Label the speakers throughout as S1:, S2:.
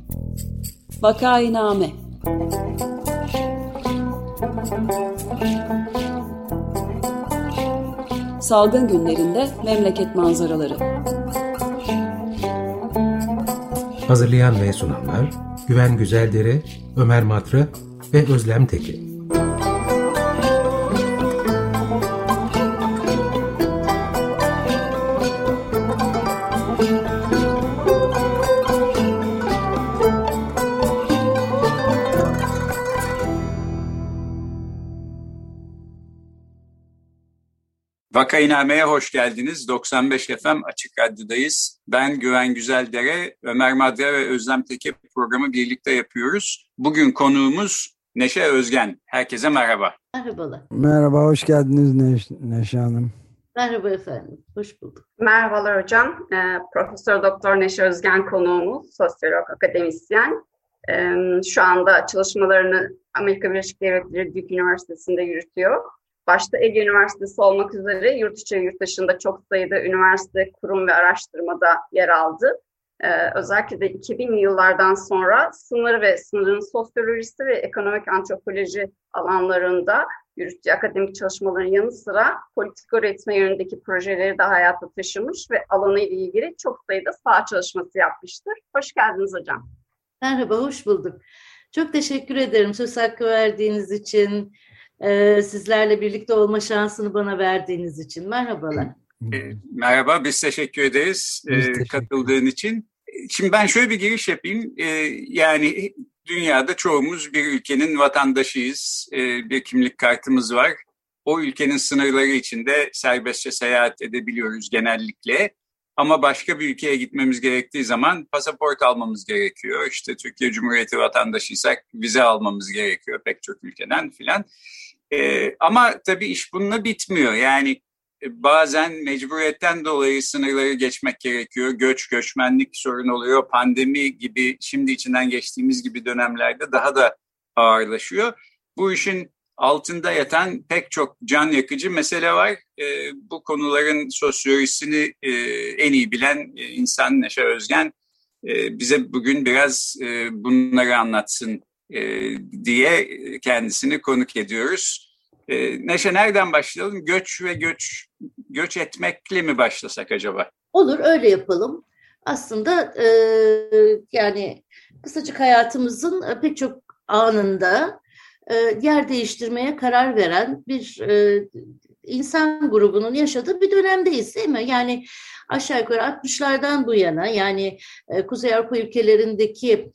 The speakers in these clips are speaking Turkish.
S1: Vakainame. Salgın günlerinde memleket manzaraları.
S2: Hazırlayan ve sunanlar Güven Güzeldere, Ömer Madra ve Özlem Teke.
S3: Vakainame'ye hoş geldiniz. 95 FM Açık Radyo'dayız. Ben Güven Güzeldere, Ömer Madra ve Özlem Teke programı birlikte yapıyoruz. Bugün konuğumuz Neşe Özgen. Herkese merhaba.
S4: Merhabalar.
S5: Merhaba, hoş geldiniz Neşe Hanım.
S4: Merhaba efendim, hoş bulduk.
S6: Merhabalar hocam. Profesör Doktor Neşe Özgen konuğumuz, sosyolog, akademisyen. Şu anda çalışmalarını Amerika Birleşik Devletleri Duke Üniversitesi'nde yürütüyor. Başta Ege Üniversitesi olmak üzere yurt içi ve yurt dışında çok sayıda üniversite, kurum ve araştırmada yer aldı. Özellikle de 2000'li yıllardan sonra sınır ve sınırın sosyolojisi ve ekonomik antropoloji alanlarında yürüttüğü akademik çalışmaların yanı sıra politika üretme yönündeki projeleri de hayata taşımış ve alanıyla ilgili çok sayıda saha çalışması yapmıştır. Hoş geldiniz hocam.
S4: Merhaba, hoş bulduk. Çok teşekkür ederim söz hakkı verdiğiniz için. Sizlerle birlikte olma şansını bana verdiğiniz için. Merhabalar.
S3: Merhaba, biz teşekkür ederiz katıldığın için. Şimdi ben şöyle bir giriş yapayım. Yani dünyada çoğumuz bir ülkenin vatandaşıyız. Bir kimlik kartımız var. O ülkenin sınırları içinde serbestçe seyahat edebiliyoruz genellikle. Ama başka bir ülkeye gitmemiz gerektiği zaman pasaport almamız gerekiyor. İşte Türkiye Cumhuriyeti vatandaşıysak vize almamız gerekiyor pek çok ülkeden filan. Ama tabii iş bununla bitmiyor. Yani bazen mecburiyetten dolayı sınırları geçmek gerekiyor. Göçmenlik sorun oluyor. Pandemi gibi şimdi içinden geçtiğimiz gibi dönemlerde daha da ağırlaşıyor. Bu işin altında yatan pek çok can yakıcı mesele var. Bu konuların sosyolojisini en iyi bilen insan Neşe Özgen bize bugün biraz bunları anlatsın diye kendisini konuk ediyoruz. Neşe, nereden başlayalım? Göç etmekle mi başlasak acaba?
S4: Olur, öyle yapalım. Aslında yani kısacık hayatımızın pek çok anında yer değiştirmeye karar veren bir insan grubunun yaşadığı bir dönemdeyiz, değil mi? Yani aşağı yukarı 60'lardan bu yana, yani Kuzey Avrupa ülkelerindeki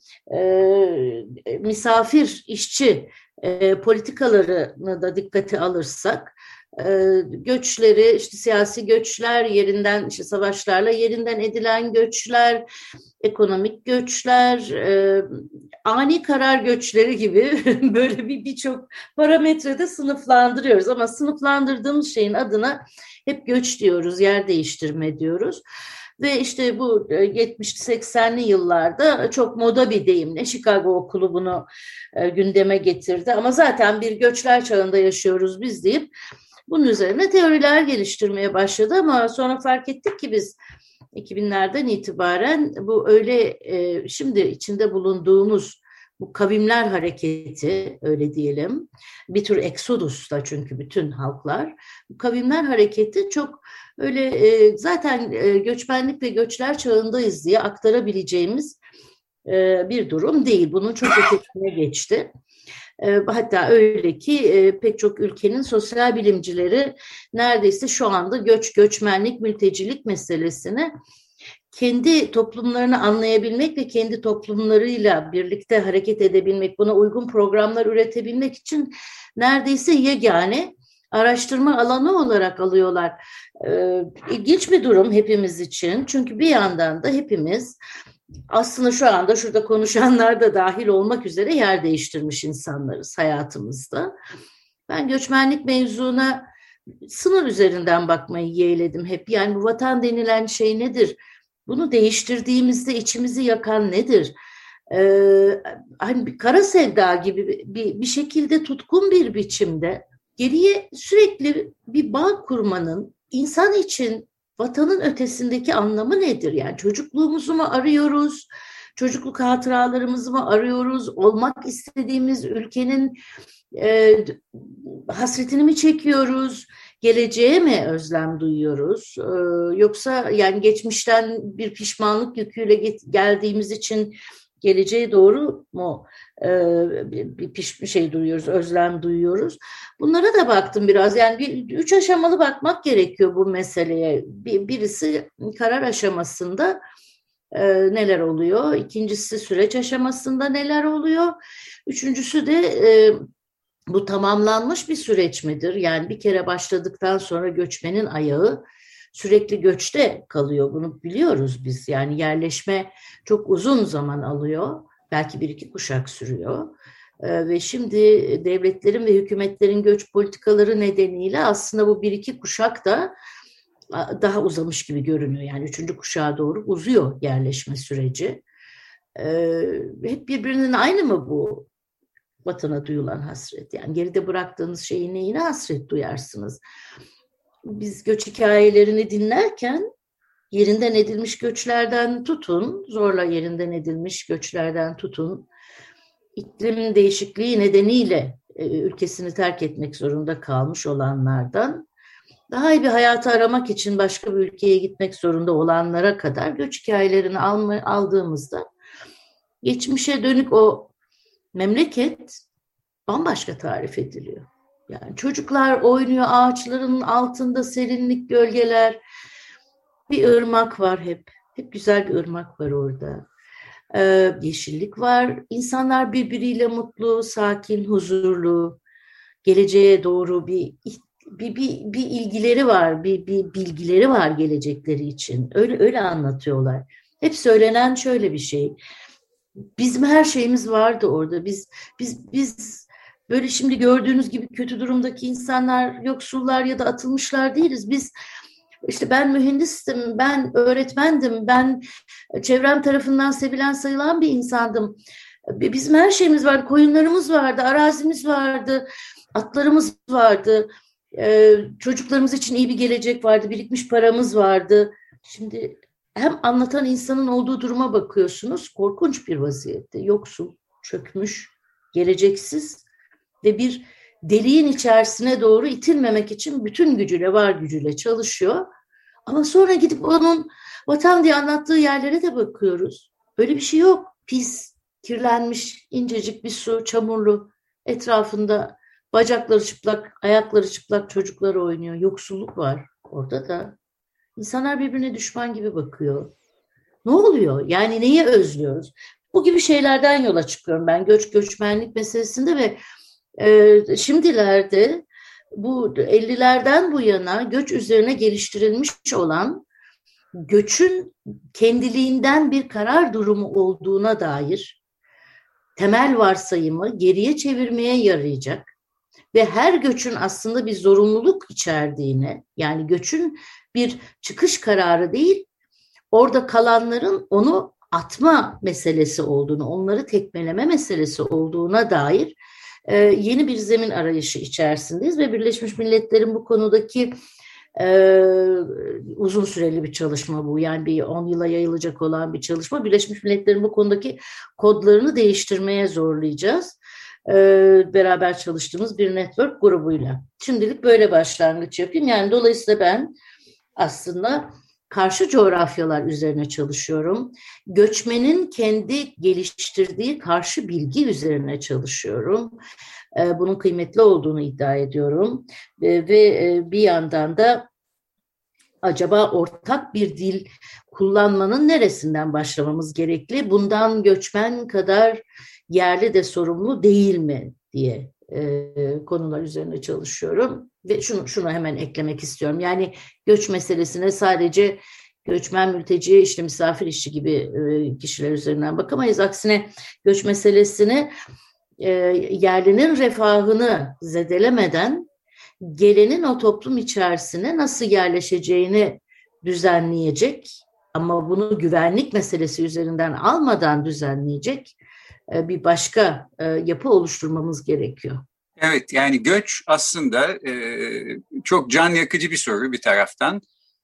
S4: misafir işçi politikalarını da dikkate alırsak, göçleri, işte siyasi göçler, yerinden işte savaşlarla yerinden edilen göçler, ekonomik göçler, ani karar göçleri gibi böyle birçok parametrede sınıflandırıyoruz. Ama sınıflandırdığımız şeyin adına hep göç diyoruz, yer değiştirme diyoruz. Ve işte bu 70-80'li yıllarda çok moda bir deyimle Chicago Okulu bunu gündeme getirdi. Ama zaten bir göçler çağında yaşıyoruz biz deyip bunun üzerine teoriler geliştirmeye başladı. Ama sonra fark ettik ki biz 2000'lerden itibaren bu öyle şimdi içinde bulunduğumuz bu kavimler hareketi, öyle diyelim, bir tür eksodus da çünkü bütün halklar, bu kavimler hareketi çok öyle zaten göçmenlik ve göçler çağındayız diye aktarabileceğimiz bir durum değil. Bunun çok ötesine geçti. Hatta öyle ki pek çok ülkenin sosyal bilimcileri neredeyse şu anda göçmenlik, mültecilik meselesini kendi toplumlarını anlayabilmek ve kendi toplumlarıyla birlikte hareket edebilmek, buna uygun programlar üretebilmek için neredeyse yegane araştırma alanı olarak alıyorlar. İlginç bir durum hepimiz için. Çünkü bir yandan da hepimiz aslında şu anda şurada konuşanlar da dahil olmak üzere yer değiştirmiş insanlarız hayatımızda. Ben göçmenlik mevzuna sınır üzerinden bakmayı yeğledim hep. Yani bu vatan denilen şey nedir? Bunu değiştirdiğimizde içimizi yakan nedir? Hani bir kara sevda gibi bir şekilde tutkun bir biçimde geriye sürekli bir bağ kurmanın insan için vatanın ötesindeki anlamı nedir? Yani çocukluğumuzu mu arıyoruz? çocukluk hatıralarımızı mı arıyoruz? Olmak istediğimiz ülkenin hasretini mi çekiyoruz? Geleceğe mi özlem duyuyoruz? Yoksa yani geçmişten bir pişmanlık yüküyle geldiğimiz için geleceğe doğru mu bir duyuyoruz, özlem duyuyoruz? Bunlara da baktım biraz. Yani 3 aşamalı bakmak gerekiyor bu meseleye. Birisi karar aşamasında neler oluyor? İkincisi süreç aşamasında neler oluyor? Üçüncüsü de bu tamamlanmış bir süreç midir? Yani bir kere başladıktan sonra göçmenin ayağı sürekli göçte kalıyor. Bunu biliyoruz biz. Yani yerleşme çok uzun zaman alıyor. Belki 1-2 kuşak sürüyor. Ve şimdi devletlerin ve hükümetlerin göç politikaları nedeniyle aslında bu 1-2 kuşak da daha uzamış gibi görünüyor. Yani 3. kuşağa doğru uzuyor yerleşme süreci. Hep birbirinin aynı mı bu vatana duyulan hasret? Yani geride bıraktığınız şeyin neyine hasret duyarsınız? Biz göç hikayelerini dinlerken yerinden edilmiş göçlerden tutun, zorla yerinden edilmiş göçlerden tutun, iklim değişikliği nedeniyle ülkesini terk etmek zorunda kalmış olanlardan, daha iyi bir hayatı aramak için başka bir ülkeye gitmek zorunda olanlara kadar göç hikayelerini aldığımızda geçmişe dönük o memleket bambaşka tarif ediliyor. Yani çocuklar oynuyor ağaçların altında, serinlik, gölgeler. Bir ırmak var hep. Hep güzel bir ırmak var orada. Yeşillik var. İnsanlar birbiriyle mutlu, sakin, huzurlu. Geleceğe doğru bir ilgileri var, bir bilgileri var gelecekleri için. Öyle anlatıyorlar. Hep söylenen şöyle bir şey. Bizim her şeyimiz vardı orada. Biz böyle şimdi gördüğünüz gibi kötü durumdaki insanlar, yoksullar ya da atılmışlar değiliz. Biz işte ben mühendistim, ben öğretmendim, ben çevrem tarafından sevilen sayılan bir insandım. Bizim her şeyimiz vardı. Koyunlarımız vardı, arazimiz vardı, atlarımız vardı. Çocuklarımız için iyi bir gelecek vardı, birikmiş paramız vardı. Şimdi hem anlatan insanın olduğu duruma bakıyorsunuz, korkunç bir vaziyette, yoksul, çökmüş, geleceksiz ve bir deliğin içerisine doğru itilmemek için bütün gücüyle, var gücüyle çalışıyor. Ama sonra gidip onun vatan diye anlattığı yerlere de bakıyoruz. Böyle bir şey yok. Pis, kirlenmiş, incecik bir su, çamurlu, etrafında bacakları çıplak, ayakları çıplak çocuklar oynuyor. Yoksulluk var orada da. İnsanlar birbirine düşman gibi bakıyor. Ne oluyor? Yani neyi özlüyoruz? Bu gibi şeylerden yola çıkıyorum ben göçmenlik meselesinde ve şimdilerde bu 50'lerden bu yana göç üzerine geliştirilmiş olan göçün kendiliğinden bir karar durumu olduğuna dair temel varsayımı geriye çevirmeye yarayacak ve her göçün aslında bir zorunluluk içerdiğini, yani göçün bir çıkış kararı değil, orada kalanların onu atma meselesi olduğunu, onları tekmeleme meselesi olduğuna dair yeni bir zemin arayışı içerisindeyiz ve Birleşmiş Milletler'in bu konudaki uzun süreli bir çalışma bu. Yani bir 10 yıla yayılacak olan bir çalışma. Birleşmiş Milletler'in bu konudaki kodlarını değiştirmeye zorlayacağız. Beraber çalıştığımız bir network grubuyla. Şimdilik böyle başlangıç yapayım. Yani dolayısıyla ben aslında karşı coğrafyalar üzerine çalışıyorum. Göçmenin kendi geliştirdiği karşı bilgi üzerine çalışıyorum. Bunun kıymetli olduğunu iddia ediyorum. Ve bir yandan da acaba ortak bir dil kullanmanın neresinden başlamamız gerekli? Bundan göçmen kadar yerli de sorumlu değil mi diye konular üzerine çalışıyorum. Ve şunu hemen eklemek istiyorum. Yani göç meselesine sadece göçmen, mülteci, işte misafir işçi gibi kişiler üzerinden bakamayız. Aksine göç meselesini yerlinin refahını zedelemeden gelenin o toplum içerisine nasıl yerleşeceğini düzenleyecek ama bunu güvenlik meselesi üzerinden almadan düzenleyecek bir başka yapı oluşturmamız gerekiyor.
S3: Evet, yani göç aslında çok can yakıcı bir soru bir taraftan.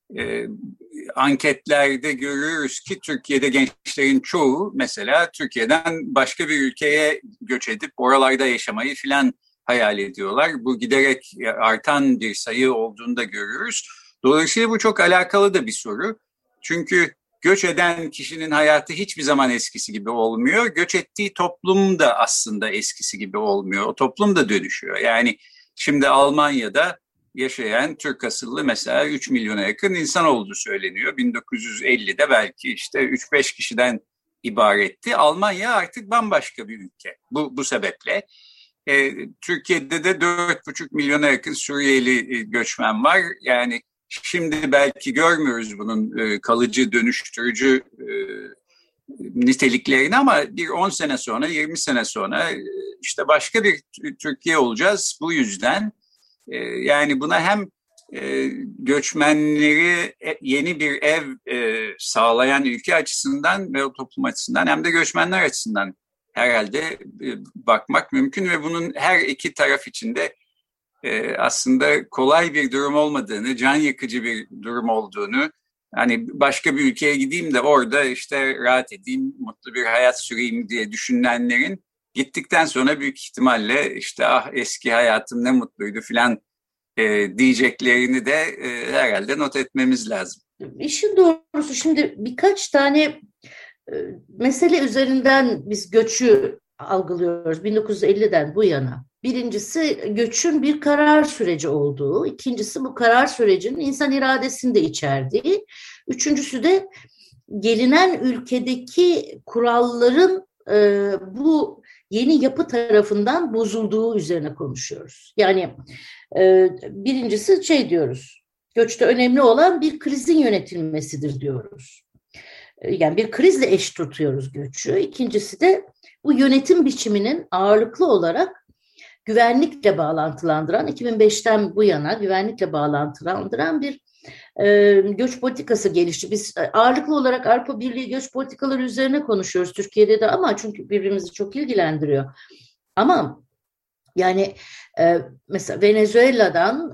S3: Anketlerde görüyoruz ki Türkiye'de gençlerin çoğu mesela Türkiye'den başka bir ülkeye göç edip oralarda yaşamayı filan hayal ediyorlar. Bu giderek artan bir sayı olduğunu da görüyoruz. Dolayısıyla bu çok alakalı da bir soru. Çünkü göç eden kişinin hayatı hiçbir zaman eskisi gibi olmuyor. Göç ettiği toplum da aslında eskisi gibi olmuyor. O toplum da dönüşüyor. Yani şimdi Almanya'da yaşayan Türk asıllı mesela 3 milyona yakın insan olduğu söyleniyor. 1950'de belki işte 3-5 kişiden ibaretti. Almanya artık bambaşka bir ülke bu sebeple. Türkiye'de de 4,5 milyona yakın Suriyeli göçmen var. Yani şimdi belki görmüyoruz bunun kalıcı, dönüştürücü niteliklerini ama bir 10 sene sonra, 20 sene sonra işte başka bir Türkiye olacağız. Bu yüzden yani buna hem göçmenleri yeni bir ev sağlayan ülke açısından ve o toplum açısından hem de göçmenler açısından herhalde bakmak mümkün ve bunun her iki taraf için de aslında kolay bir durum olmadığını, can yakıcı bir durum olduğunu, hani başka bir ülkeye gideyim de orada işte rahat edeyim, mutlu bir hayat süreyim diye düşünenlerin gittikten sonra büyük ihtimalle işte eski hayatım ne mutluydu filan diyeceklerini de herhalde not etmemiz lazım.
S4: İşin doğrusu şimdi birkaç tane mesele üzerinden biz göçü algılıyoruz 1950'den bu yana. Birincisi göçün bir karar süreci olduğu, ikincisi bu karar sürecinin insan iradesini de içerdiği, üçüncüsü de gelinen ülkedeki kuralların bu yeni yapı tarafından bozulduğu üzerine konuşuyoruz. Yani birincisi diyoruz, göçte önemli olan bir krizin yönetilmesidir diyoruz. Yani bir krizle eş tutuyoruz göçü. İkincisi de bu yönetim biçiminin ağırlıklı olarak güvenlikle bağlantılandıran, 2005'ten bu yana güvenlikle bağlantılandıran bir göç politikası gelişti. Biz ağırlıklı olarak Avrupa Birliği göç politikaları üzerine konuşuyoruz Türkiye'de de ama çünkü birbirimizi çok ilgilendiriyor. Ama yani mesela Venezuela'dan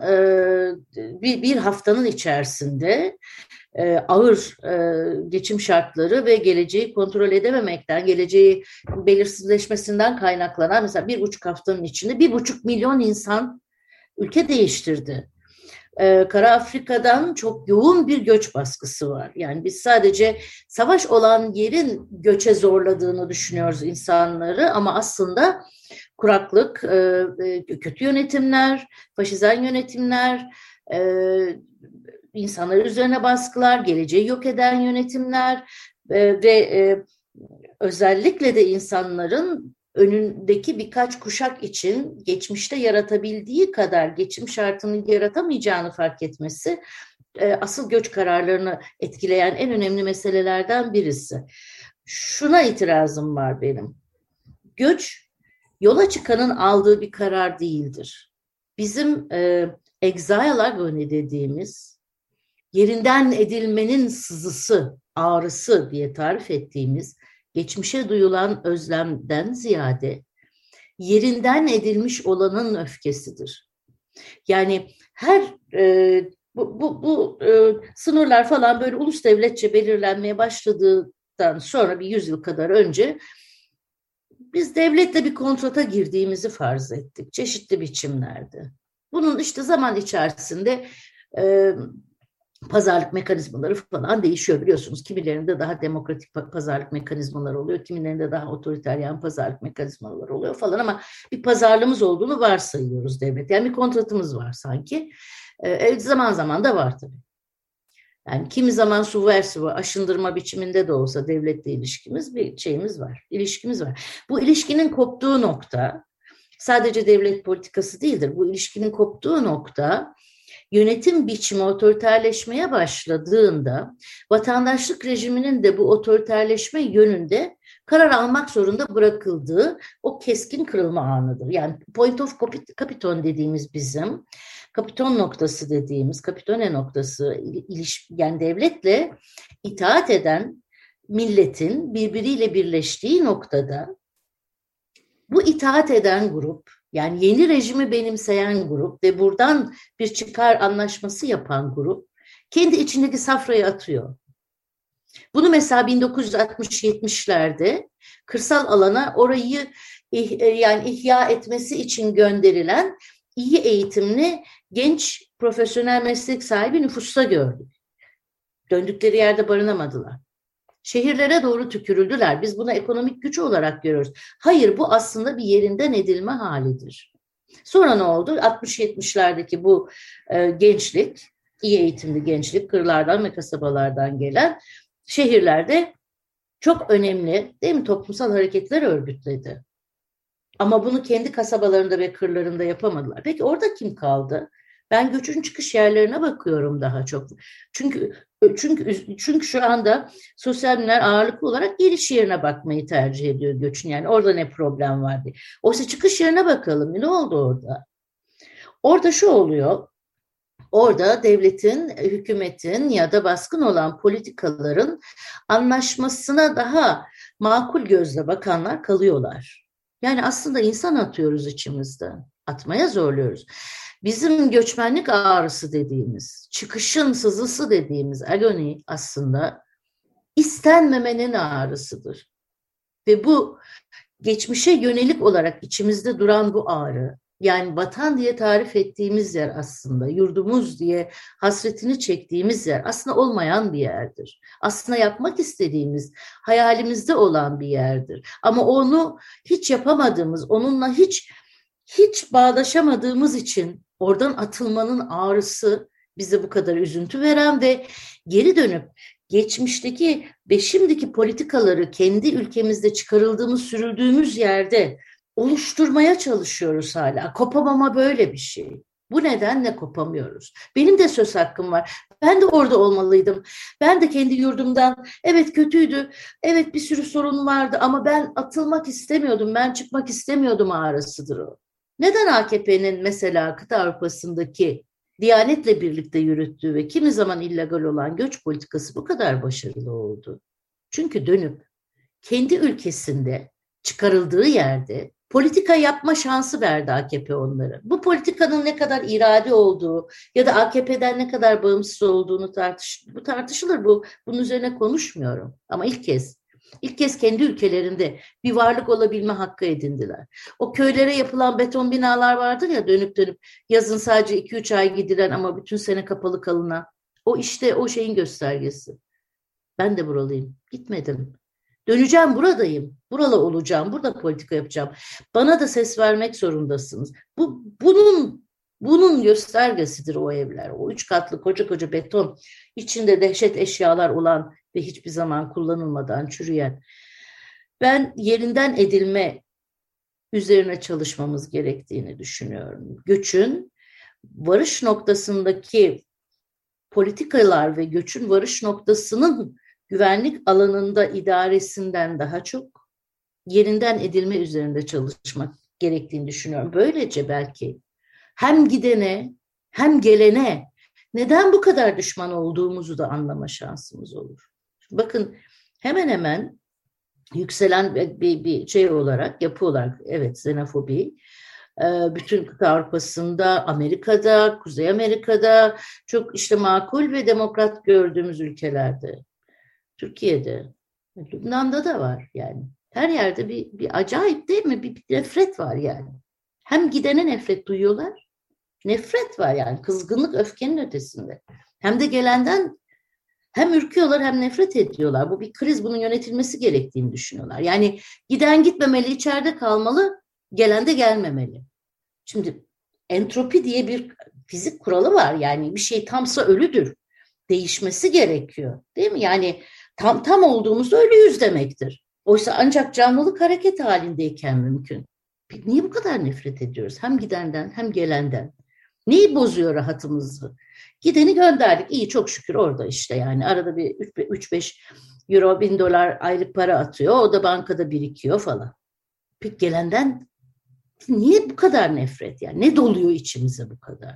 S4: bir haftanın içerisinde ağır geçim şartları ve geleceği kontrol edememekten, geleceği belirsizleşmesinden kaynaklanan mesela 1,5 haftanın içinde 1,5 milyon insan ülke değiştirdi. Kara Afrika'dan çok yoğun bir göç baskısı var. Yani biz sadece savaş olan yerin göçe zorladığını düşünüyoruz insanları ama aslında kuraklık, kötü yönetimler, faşizan yönetimler, insanlar üzerine baskılar, geleceği yok eden yönetimler ve özellikle de insanların önündeki birkaç kuşak için geçmişte yaratabildiği kadar geçim şartını yaratamayacağını fark etmesi asıl göç kararlarını etkileyen en önemli meselelerden birisi. Şuna itirazım var benim. Göç yola çıkanın aldığı bir karar değildir. Bizim exile agony dediğimiz yerinden edilmenin sızısı, ağrısı diye tarif ettiğimiz geçmişe duyulan özlemden ziyade yerinden edilmiş olanın öfkesidir. Yani her bu sınırlar falan böyle ulus devletçe belirlenmeye başladığından sonra bir 100 yıl kadar önce biz devletle bir kontrata girdiğimizi farz ettik çeşitli biçimlerde. Bunun işte zaman içerisinde pazarlık mekanizmaları falan değişiyor biliyorsunuz. Kimilerinde daha demokratik pazarlık mekanizmaları oluyor, kimilerinde daha otoriteryen pazarlık mekanizmaları oluyor falan ama bir pazarlığımız olduğunu varsayıyoruz devlet. Yani bir kontratımız var sanki. Zaman zaman da var tabii. Yani kimi zaman subversive, aşındırma biçiminde de olsa devletle ilişkimiz bir şeyimiz var, ilişkimiz var. Bu ilişkinin koptuğu nokta sadece devlet politikası değildir. Bu ilişkinin koptuğu nokta yönetim biçimi otoriterleşmeye başladığında vatandaşlık rejiminin de bu otoriterleşme yönünde karar almak zorunda bırakıldığı o keskin kırılma anıdır. Yani point of capiton dediğimiz bizim, kapiton noktası dediğimiz, kapitone noktası, yani devletle itaat eden milletin birbiriyle birleştiği noktada bu itaat eden grup, yani yeni rejimi benimseyen grup ve buradan bir çıkar anlaşması yapan grup kendi içindeki safrayı atıyor. Bunu mesela 1960-70'lerde kırsal alana orayı yani ihya etmesi için gönderilen iyi eğitimli genç profesyonel meslek sahibi nüfusta gördük. Döndükleri yerde barınamadılar. Şehirlere doğru tükürüldüler. Biz bunu ekonomik güç olarak görüyoruz. Hayır, bu aslında bir yerinden edilme halidir. Sonra ne oldu? 60-70'lerdeki bu gençlik, iyi eğitimli gençlik, kırlardan ve kasabalardan gelen şehirlerde çok önemli, değil mi, toplumsal hareketler örgütledi. Ama bunu kendi kasabalarında ve kırlarında yapamadılar. Peki orada kim kaldı? Ben göçün çıkış yerlerine bakıyorum daha çok. Çünkü şu anda sosyal bilimler ağırlıklı olarak geliş yerine bakmayı tercih ediyor göçün. Yani orada ne problem var diye. Oysa çıkış yerine bakalım. Ne oldu orada? Orada şu oluyor. Orada devletin, hükümetin ya da baskın olan politikaların anlaşmasına daha makul gözle bakanlar kalıyorlar. Yani aslında insan atıyoruz içimizden. Atmaya zorluyoruz. Bizim göçmenlik ağrısı dediğimiz, çıkışın sızısı dediğimiz agoni aslında istenmemenin ağrısıdır. Ve bu geçmişe yönelik olarak içimizde duran bu ağrı, yani vatan diye tarif ettiğimiz yer aslında, yurdumuz diye hasretini çektiğimiz yer aslında olmayan bir yerdir. Aslında yapmak istediğimiz, hayalimizde olan bir yerdir. Ama onu hiç yapamadığımız, onunla hiç bağdaşamadığımız için oradan atılmanın ağrısı bize bu kadar üzüntü veren ve geri dönüp geçmişteki ve şimdiki politikaları kendi ülkemizde çıkarıldığımız, sürüldüğümüz yerde oluşturmaya çalışıyoruz hala. Kopamama böyle bir şey. Bu nedenle kopamıyoruz. Benim de söz hakkım var. Ben de orada olmalıydım. Ben de kendi yurdumdan, evet kötüydü, evet bir sürü sorun vardı ama ben atılmak istemiyordum, ben çıkmak istemiyordum ağrısıdır o. Neden AKP'nin mesela kıta Avrupa'sındaki Diyanet'le birlikte yürüttüğü ve kimi zaman illegal olan göç politikası bu kadar başarılı oldu? Çünkü dönüp kendi ülkesinde çıkarıldığı yerde politika yapma şansı verdi AKP onlara. Bu politikanın ne kadar irade olduğu ya da AKP'den ne kadar bağımsız olduğunu tartışılır. Bunun üzerine konuşmuyorum. Ama ilk kez kendi ülkelerinde bir varlık olabilme hakkı edindiler. O köylere yapılan beton binalar vardır ya, dönüp yazın sadece 2-3 ay gidilen ama bütün sene kapalı kalınan. O işte o şeyin göstergesi. Ben de buralıyım. Gitmedim. Döneceğim, buradayım. Buralı olacağım. Burada politika yapacağım. Bana da ses vermek zorundasınız. Bunun göstergesidir o evler. O 3 katlı koca beton, içinde dehşet eşyalar olan ve hiçbir zaman kullanılmadan çürüyen. Ben yerinden edilme üzerine çalışmamız gerektiğini düşünüyorum. Göçün varış noktasındaki politikalar ve göçün varış noktasının güvenlik alanında idaresinden daha çok yerinden edilme üzerinde çalışmak gerektiğini düşünüyorum. Böylece belki hem gidene hem gelene neden bu kadar düşman olduğumuzu da anlama şansımız olur. Bakın hemen hemen yükselen bir şey olarak, yapı olarak, evet, xenofobi, bütün kıta Avrupa'sında, Amerika'da, Kuzey Amerika'da çok işte makul ve demokrat gördüğümüz ülkelerde, Türkiye'de, Lübnan'da da var yani. Her yerde bir acayip, değil mi? Bir nefret var yani. Hem gidene nefret duyuyorlar, nefret var yani, kızgınlık öfkenin ötesinde. Hem de gelenden hem ürküyorlar hem nefret ediyorlar. Bu bir kriz, bunun yönetilmesi gerektiğini düşünüyorlar. Yani giden gitmemeli, içeride kalmalı, gelen de gelmemeli. Şimdi entropi diye bir fizik kuralı var. Yani bir şey tamsa ölüdür. Değişmesi gerekiyor. Değil mi? Yani tam olduğumuzda ölüyüz demektir. Oysa ancak canlılık hareket halindeyken mümkün. Niye bu kadar nefret ediyoruz? Hem gidenden hem gelenden. Neyi bozuyor rahatımızı? Gideni gönderdik. İyi, çok şükür orada işte yani. Arada bir 3-5 euro, $1000 aylık para atıyor. O da bankada birikiyor falan. Peki gelenden niye bu kadar nefret? Yani ne doluyor içimize bu kadar?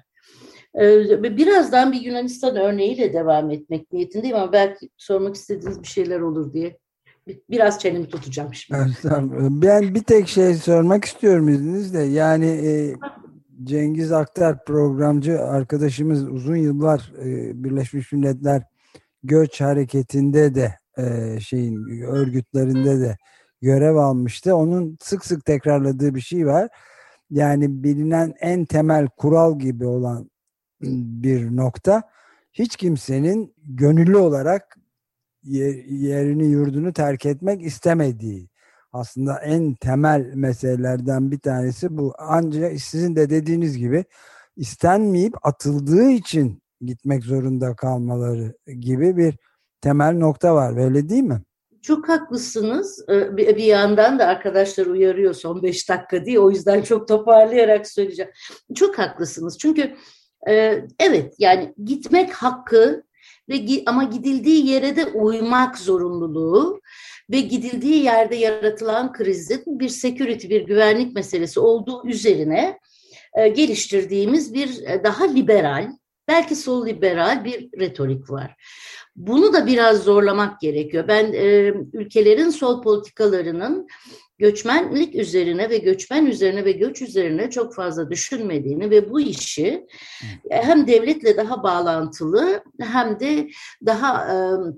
S4: Birazdan bir Yunanistan örneğiyle devam etmek niyetindeyim ama belki sormak istediğiniz bir şeyler olur diye biraz çenemi tutacağım şimdi.
S5: Ben bir tek şey sormak istiyorum izninizle. Yani Cengiz Aktar programcı arkadaşımız uzun yıllar Birleşmiş Milletler Göç Hareketi'nde de örgütlerinde de görev almıştı. Onun sık sık tekrarladığı bir şey var. Yani bilinen en temel kural gibi olan bir nokta, hiç kimsenin gönüllü olarak yerini yurdunu terk etmek istemediği. Aslında en temel meselelerden bir tanesi bu. Ancak sizin de dediğiniz gibi istenmeyip atıldığı için gitmek zorunda kalmaları gibi bir temel nokta var. Öyle değil mi?
S4: Çok haklısınız. Bir yandan da arkadaşlar uyarıyor son 5 dakika diye. O yüzden çok toparlayarak söyleyeceğim. Çok haklısınız. Çünkü evet, yani gitmek hakkı ama gidildiği yere de uymak zorunluluğu ve gidildiği yerde yaratılan krizin bir security, bir güvenlik meselesi olduğu üzerine geliştirdiğimiz bir daha liberal, belki sol liberal bir retorik var. Bunu da biraz zorlamak gerekiyor. Ben ülkelerin sol politikalarının göçmenlik üzerine ve göçmen üzerine ve göç üzerine çok fazla düşünmediğini ve bu işi hem devletle daha bağlantılı hem de daha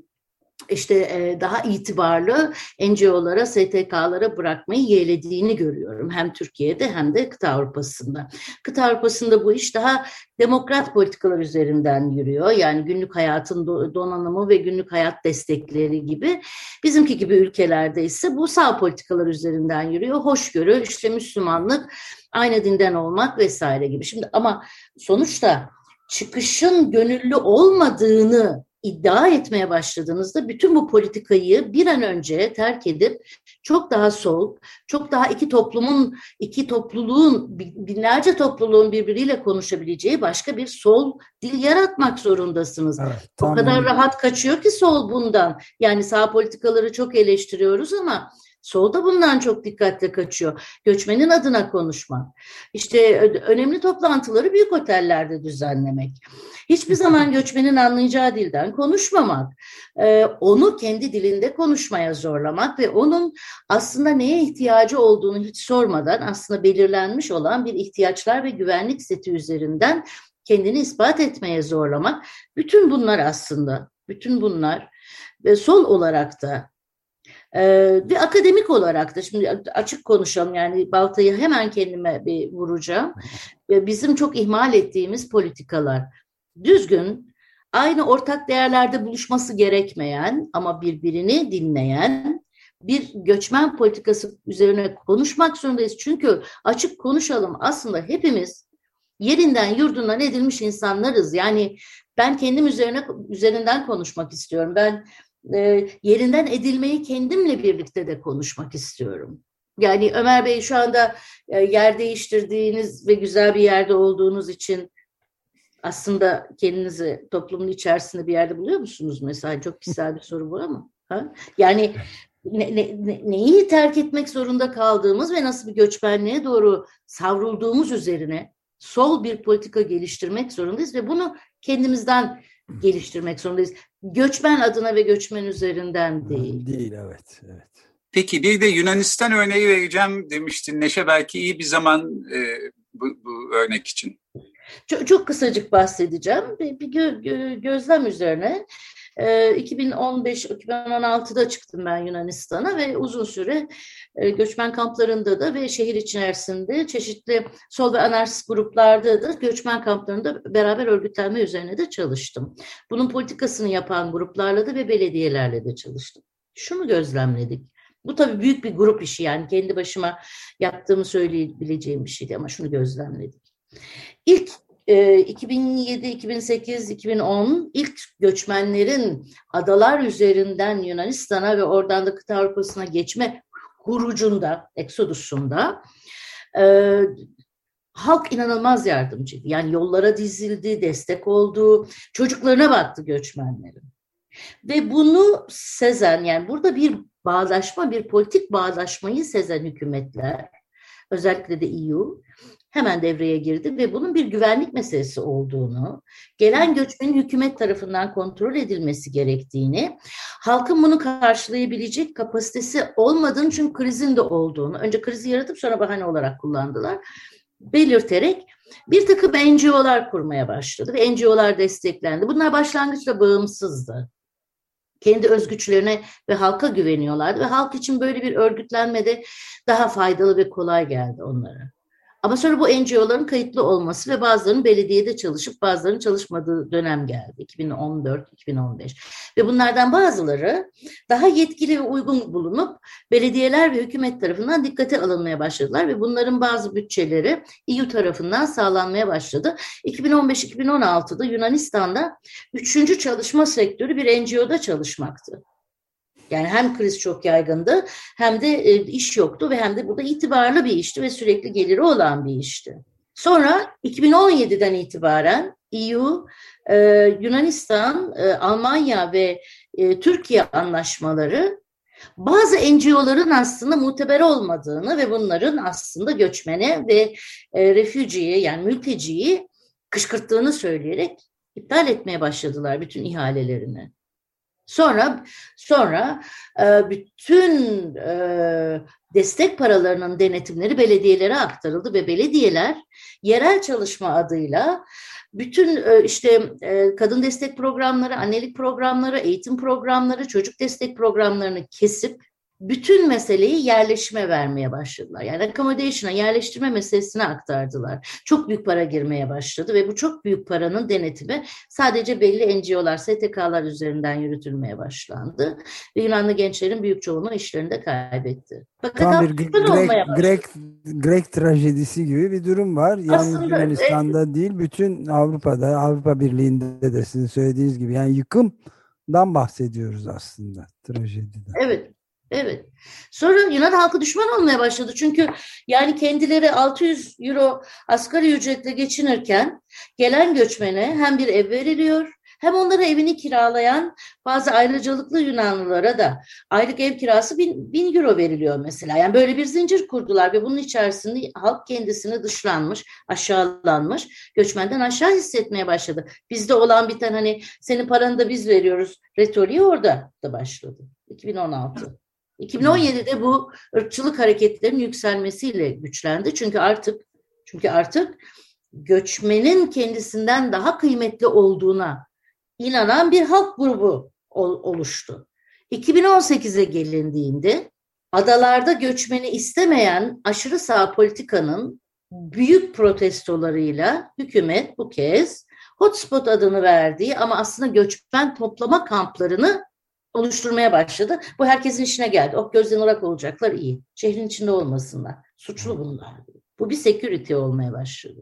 S4: daha itibarlı NGO'lara, STK'lara bırakmayı yeğlediğini görüyorum. Hem Türkiye'de hem de kıta Avrupa'sında. Kıta Avrupa'sında bu iş daha demokrat politikalar üzerinden yürüyor. Yani günlük hayatın donanımı ve günlük hayat destekleri gibi. Bizimki gibi ülkelerde ise bu sağ politikalar üzerinden yürüyor. Hoşgörü, işte Müslümanlık, aynı dinden olmak vesaire gibi. Şimdi ama sonuçta çıkışın gönüllü olmadığını iddia etmeye başladığınızda bütün bu politikayı bir an önce terk edip çok daha sol, çok daha iki topluluğun, binlerce topluluğun birbiriyle konuşabileceği başka bir sol dil yaratmak zorundasınız. Evet, o kadar rahat kaçıyor ki sol bundan. Yani sağ politikaları çok eleştiriyoruz ama sol da bundan çok dikkatle kaçıyor. Göçmenin adına konuşmak. İşte önemli toplantıları büyük otellerde düzenlemek. Hiçbir zaman göçmenin anlayacağı dilden konuşmamak. Onu kendi dilinde konuşmaya zorlamak ve onun aslında neye ihtiyacı olduğunu hiç sormadan aslında belirlenmiş olan bir ihtiyaçlar ve güvenlik seti üzerinden kendini ispat etmeye zorlamak. Bütün bunlar ve sol olarak da ve akademik olarak da, şimdi açık konuşalım, yani baltayı hemen kendime bir vuracağım. Bizim çok ihmal ettiğimiz politikalar, düzgün, aynı ortak değerlerde buluşması gerekmeyen ama birbirini dinleyen bir göçmen politikası üzerine konuşmak zorundayız. Çünkü açık konuşalım, aslında hepimiz yerinden yurdundan edilmiş insanlarız. Yani ben kendim üzerinden konuşmak istiyorum. Ben yerinden edilmeyi kendimle birlikte de konuşmak istiyorum. Yani Ömer Bey, şu anda yer değiştirdiğiniz ve güzel bir yerde olduğunuz için aslında kendinizi toplumun içerisinde bir yerde buluyor musunuz mesela? Çok kişisel bir soru bu ama. Ha? Yani neyi terk etmek zorunda kaldığımız ve nasıl bir göçmenliğe doğru savrulduğumuz üzerine sol bir politika geliştirmek zorundayız ve bunu kendimizden geliştirmek zorundayız. Göçmen adına ve göçmen üzerinden değil.
S5: Değil, evet.
S3: Peki bir de Yunanistan örneği vereceğim demiştin Neşe, belki iyi bir zaman bu örnek için.
S4: Çok kısacık bahsedeceğim. Bir gözlem üzerine. 2015-2016'da çıktım ben Yunanistan'a ve uzun süre göçmen kamplarında da ve şehir içerisinde çeşitli sol ve anarşist gruplarda da göçmen kamplarında beraber örgütlenme üzerine de çalıştım. Bunun politikasını yapan gruplarla da ve belediyelerle de çalıştım. Şunu gözlemledik. Bu tabii büyük bir grup işi, yani kendi başıma yaptığımı söyleyebileceğim bir şeydi ama şunu gözlemledik. İlk 2007, 2008, 2010 ilk göçmenlerin adalar üzerinden Yunanistan'a ve oradan da kıta Avrupa'sına geçme hurucunda, eksodusunda halk inanılmaz yardımcıydı. Yani yollara dizildi, destek oldu, çocuklarına baktı göçmenlerin. Ve bunu sezen, yani burada bir bağdaşma, bir politik bağdaşmayı sezen hükümetler, özellikle de EU hemen devreye girdi ve bunun bir güvenlik meselesi olduğunu, gelen göçmenin hükümet tarafından kontrol edilmesi gerektiğini, halkın bunu karşılayabilecek kapasitesi olmadığını, çünkü krizin de olduğunu, önce krizi yaratıp sonra bahane olarak kullandılar, belirterek bir takım NGO'lar kurmaya başladı ve NGO'lar desteklendi. Bunlar başlangıçta bağımsızdı. Kendi özgüçlerine ve halka güveniyorlardı ve halk için böyle bir örgütlenme de daha faydalı ve kolay geldi onlara. Ama sonra bu NGO'ların kayıtlı olması ve bazılarının belediyede çalışıp bazılarının çalışmadığı dönem geldi. 2014-2015. Ve bunlardan bazıları daha yetkili ve uygun bulunup belediyeler ve hükümet tarafından dikkate alınmaya başladılar ve bunların bazı bütçeleri EU tarafından sağlanmaya başladı. 2015-2016'da Yunanistan'da 3. çalışma sektörü bir NGO'da çalışmaktı. Yani hem kriz çok yaygındı hem de iş yoktu ve hem de bu da itibarlı bir işti ve sürekli geliri olan bir işti. Sonra 2017'den itibaren EU, Yunanistan, Almanya ve Türkiye anlaşmaları bazı NGO'ların aslında muteber olmadığını ve bunların aslında göçmene ve refüjiyi yani mülteciyi kışkırttığını söyleyerek iptal etmeye başladılar bütün ihalelerini. Sonra bütün destek paralarının denetimleri belediyelere aktarıldı ve belediyeler yerel çalışma adıyla bütün kadın destek programları, annelik programları, eğitim programları, çocuk destek programlarını kesip bütün meseleyi yerleşime vermeye başladılar. Yani accommodation'a, yerleştirme meselesine aktardılar. Çok büyük para girmeye başladı ve bu çok büyük paranın denetimi sadece belli NGO'lar, STK'lar üzerinden yürütülmeye başlandı. Ve Yunanlı gençlerin büyük çoğunluğu işlerini de kaybetti.
S5: Tam bir Grek trajedisi gibi bir durum var. Yalnız Yunanistan'da değil, bütün Avrupa'da, Avrupa Birliği'nde de sizin söylediğiniz gibi yani yıkımdan bahsediyoruz aslında trajediden.
S4: Evet. Sonra Yunan halkı düşman olmaya başladı. Çünkü yani kendileri 600 euro asgari ücretle geçinirken gelen göçmene hem bir ev veriliyor hem onlara evini kiralayan bazı ayrıcalıklı Yunanlılara da aylık ev kirası 1000 euro veriliyor mesela. Yani böyle bir zincir kurdular ve bunun içerisinde halk kendisini dışlanmış, aşağılanmış, göçmenden aşağı hissetmeye başladı. Bizde olan biten hani senin paranı da biz veriyoruz retoriği orada da başladı. 2016. 2017'de bu ırkçılık hareketlerinin yükselmesiyle güçlendi. Çünkü artık göçmenin kendisinden daha kıymetli olduğuna inanan bir halk grubu oluştu. 2018'e gelindiğinde adalarda göçmeni istemeyen aşırı sağ politikanın büyük protestolarıyla hükümet bu kez hotspot adını verdiği ama aslında göçmen toplama kamplarını oluşturmaya başladı. Bu herkesin işine geldi. Gözden ırak olacaklar iyi. Şehrin içinde olmasınlar. Suçlu bunlar. Bu bir security olmaya başladı.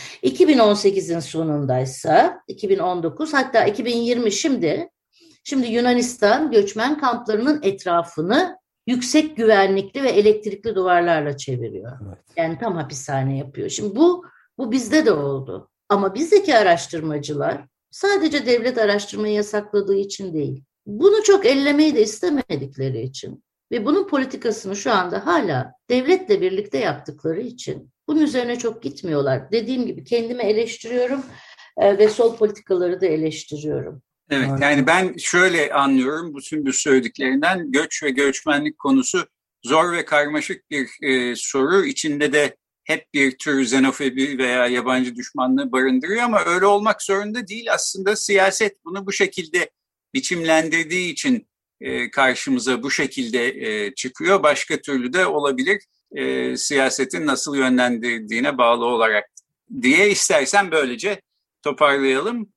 S4: 2018'in sonundaysa 2019 hatta 2020 şimdi Yunanistan göçmen kamplarının etrafını yüksek güvenlikli ve elektrikli duvarlarla çeviriyor. Evet. Yani tam hapishane yapıyor. Şimdi bu bizde de oldu. Ama bizdeki araştırmacılar sadece devlet araştırmayı yasakladığı için değil. Bunu çok ellemeyi de istemedikleri için ve bunun politikasını şu anda hala devletle birlikte yaptıkları için bunun üzerine çok gitmiyorlar. Dediğim gibi kendimi eleştiriyorum ve sol politikaları da eleştiriyorum.
S3: Evet, yani ben şöyle anlıyorum bütün bu söylediklerinden, göç ve göçmenlik konusu zor ve karmaşık bir soru. İçinde de hep bir tür xenofobi veya yabancı düşmanlığı barındırıyor ama öyle olmak zorunda değil. Aslında siyaset bunu bu şekilde biçimlendirdiği için karşımıza bu şekilde çıkıyor. Başka türlü de olabilir siyasetin nasıl yönlendirdiğine bağlı olarak diye istersen böylece toparlayalım.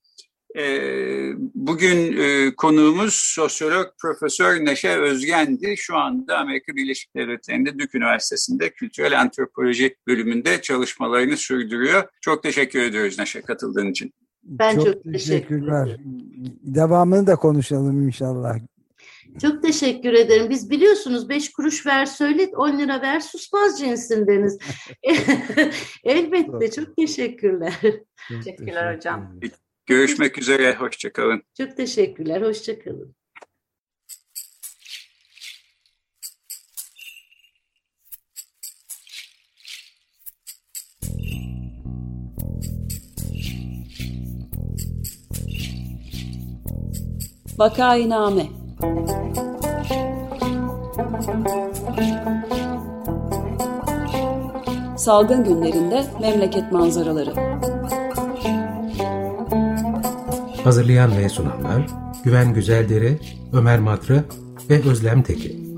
S3: Bugün konuğumuz sosyolog Profesör Neşe Özgen'di. Şu anda Amerika Birleşik Devletleri'nde Duke Üniversitesi'nde Kültürel Antropoloji bölümünde çalışmalarını sürdürüyor. Çok teşekkür ediyoruz Neşe katıldığın için.
S4: Ben çok teşekkürler.
S5: Devamını da konuşalım inşallah.
S4: Çok teşekkür ederim. Biz biliyorsunuz 5 kuruş ver söyle 10 lira ver susmaz cinsindeniz. Elbette çok teşekkürler.
S6: Teşekkürler hocam.
S3: Görüşmek üzere. Hoşçakalın.
S4: Çok teşekkürler. Hoşçakalın.
S1: Vakainame. Salgın günlerinde memleket manzaraları.
S2: Hazırlayan ve sunanlar Güven Güzeldere, Ömer Madra ve Özlem Tekin.